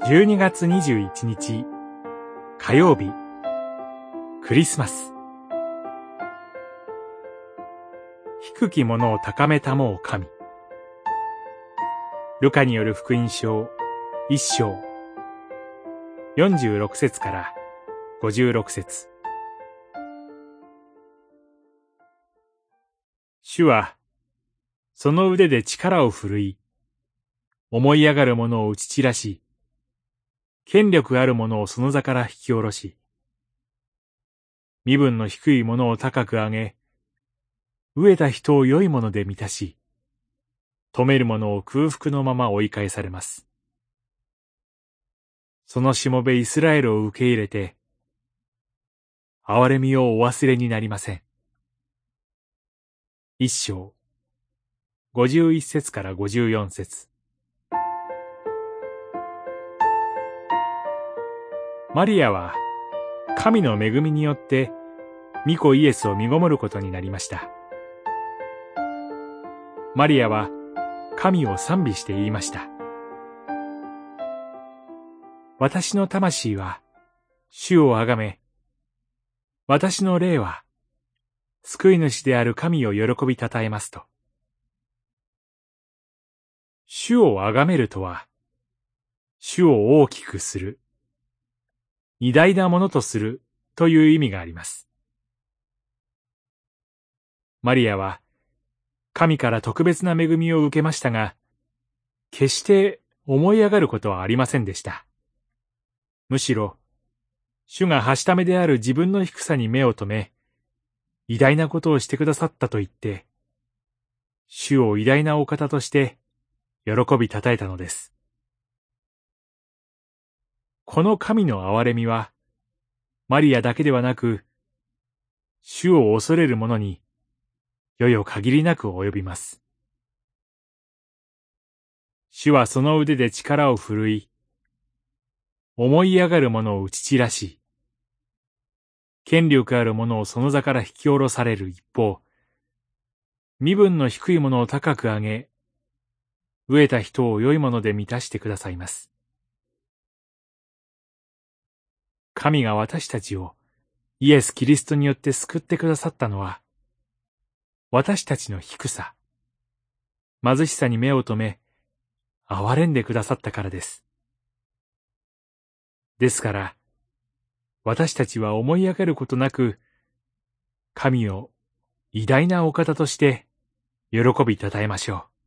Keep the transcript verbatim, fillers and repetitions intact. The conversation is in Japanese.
じゅうにがつにじゅういちにち火曜日、クリスマス。低き者を高めたもう神。ルカによる福音書一章よんじゅうろくせつからごじゅうろくせつ。主はその腕で力を振るい、思い上がる者を打ち散らし、権力ある者をその座から引き下ろし、身分の低い者を高く上げ、飢えた人を良いもので満たし、富める者を空腹のまま追い返されます。そのしもべイスラエルを受け入れて、憐れみをお忘れになりません。一章、ごじゅういっせつからごじゅうよんせつ。マリアは神の恵みによって御子イエスを身ごもることになりました。マリアは神を賛美して言いました。私の魂は主をあがめ、私の霊は救い主である神を喜びたたえますと。主をあがめるとは、主を大きくする、偉大なものとするという意味があります。マリアは神から特別な恵みを受けましたが、決して思い上がることはありませんでした。むしろ、主がはしためである自分の低さに目を留め、偉大なことをしてくださったと言って、主を偉大なお方として喜びたたえたのです。この神の憐れみは、マリアだけではなく、主を恐れる者に、よよ限りなく及びます。主はその腕で力を振るい、思い上がる者を打ち散らし、権力ある者をその座から引き下ろされる一方、身分の低い者を高く上げ、飢えた人を良いもので満たしてくださいます。神が私たちをイエス・キリストによって救ってくださったのは、私たちの低さ、貧しさに目を留め、憐れんでくださったからです。ですから、私たちは思い上がることなく、神を偉大なお方として喜びたたえましょう。